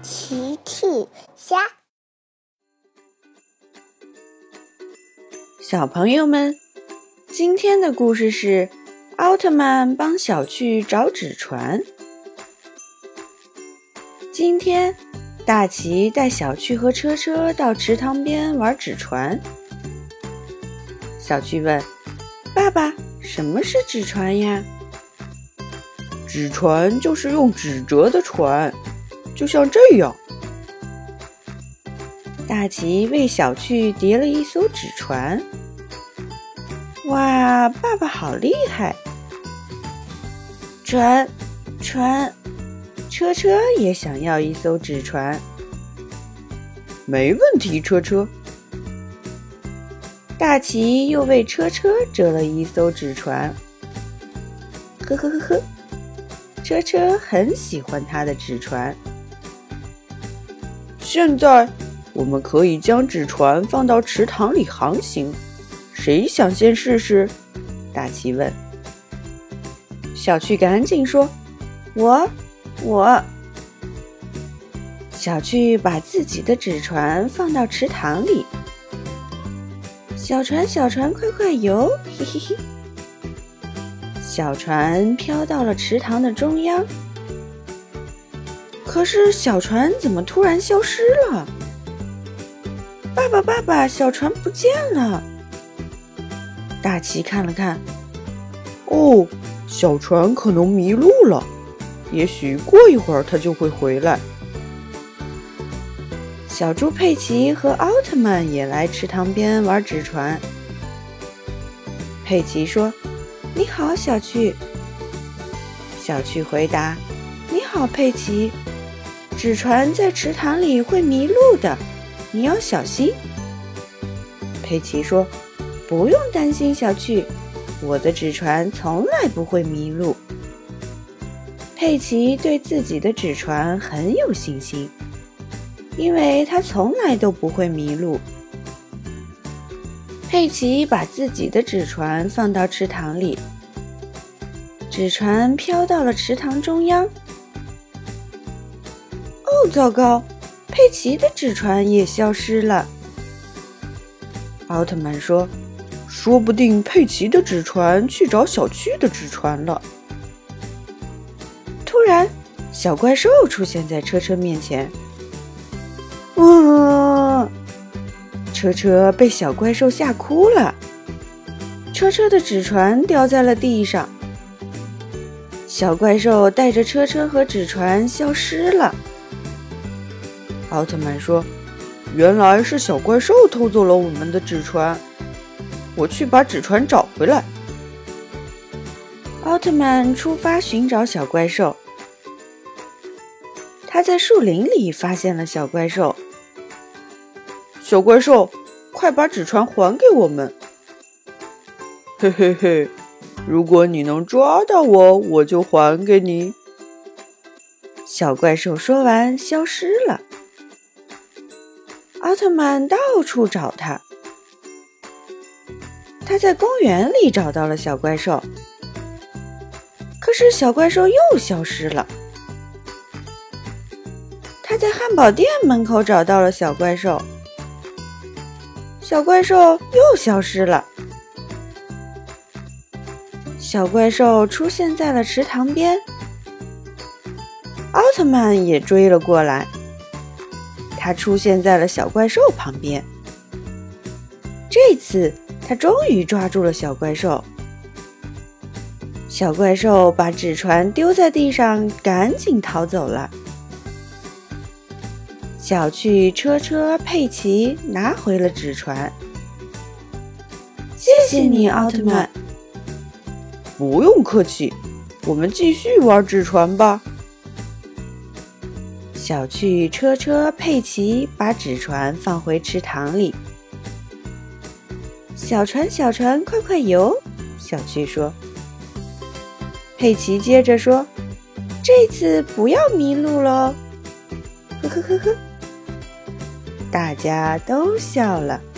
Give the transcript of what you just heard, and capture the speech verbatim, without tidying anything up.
奇趣虾。 小朋友们，今天的故事是奥特曼帮小趣找纸船。今天大奇带小趣和车车到池塘边玩纸船。小趣问爸爸，什么是纸船呀？ 纸船就是用纸折的船，就像这样。 大奇为小趣叠了一艘纸船。哇，爸爸好厉害！船，船，车车也想要一艘纸船。 没问题，车车。 大奇又为车车折了一艘纸船。呵呵呵呵，车车很喜欢他的纸船。 现在我们可以将纸船放到池塘里航行，谁想先试试？ 大奇问。小趣赶紧说：我，我。小趣把自己的纸船放到池塘里。小船，小船，快快游！嘿嘿嘿。小船飘到了池塘的中央。可是小船怎么突然消失了？爸爸，爸爸，小船不见了！大奇看了看， 哦，小船可能迷路了，也许过一会儿它就会回来。 小猪佩奇和奥特曼也来池塘边玩纸船。佩奇说：你好，小趣。小趣回答：你好，佩奇。纸船在池塘里会迷路的，你要小心。佩奇说：不用担心，小趣，我的纸船从来不会迷路。佩奇对自己的纸船很有信心，因为他从来都不会迷路。佩奇把自己的纸船放到池塘里，纸船飘到了池塘中央。哦，糟糕，佩奇的纸船也消失了。 奥特曼说：说不定佩奇的纸船去找小趣的纸船了。 突然，小怪兽出现在车车面前。啊！车车被小怪兽吓哭了。车车的纸船掉在了地上。小怪兽带着车车和纸船消失了。 奥特曼说：原来是小怪兽偷走了我们的纸船，我去把纸船找回来。 奥特曼出发寻找小怪兽。他在树林里发现了小怪兽。 小怪兽，快把纸船还给我们！嘿嘿嘿，如果你能抓到我，我就还给你。 小怪兽说完消失了。奥特曼到处找他。他在公园里找到了小怪兽，可是小怪兽又消失了。他在汉堡店门口找到了小怪兽，小怪兽又消失了。小怪兽出现在了池塘边，奥特曼也追了过来。他出现在了小怪兽旁边。这次他终于抓住了小怪兽。小怪兽把纸船丢在地上，赶紧逃走了。小趣、车车、佩奇拿回了纸船。谢谢你，奥特曼。 不用客气，我们继续玩纸船吧。 小趣、车车、佩奇把纸船放回池塘里。小船，小船，快快游！小趣说。佩奇接着说：这次不要迷路喽！呵呵呵呵，大家都笑了。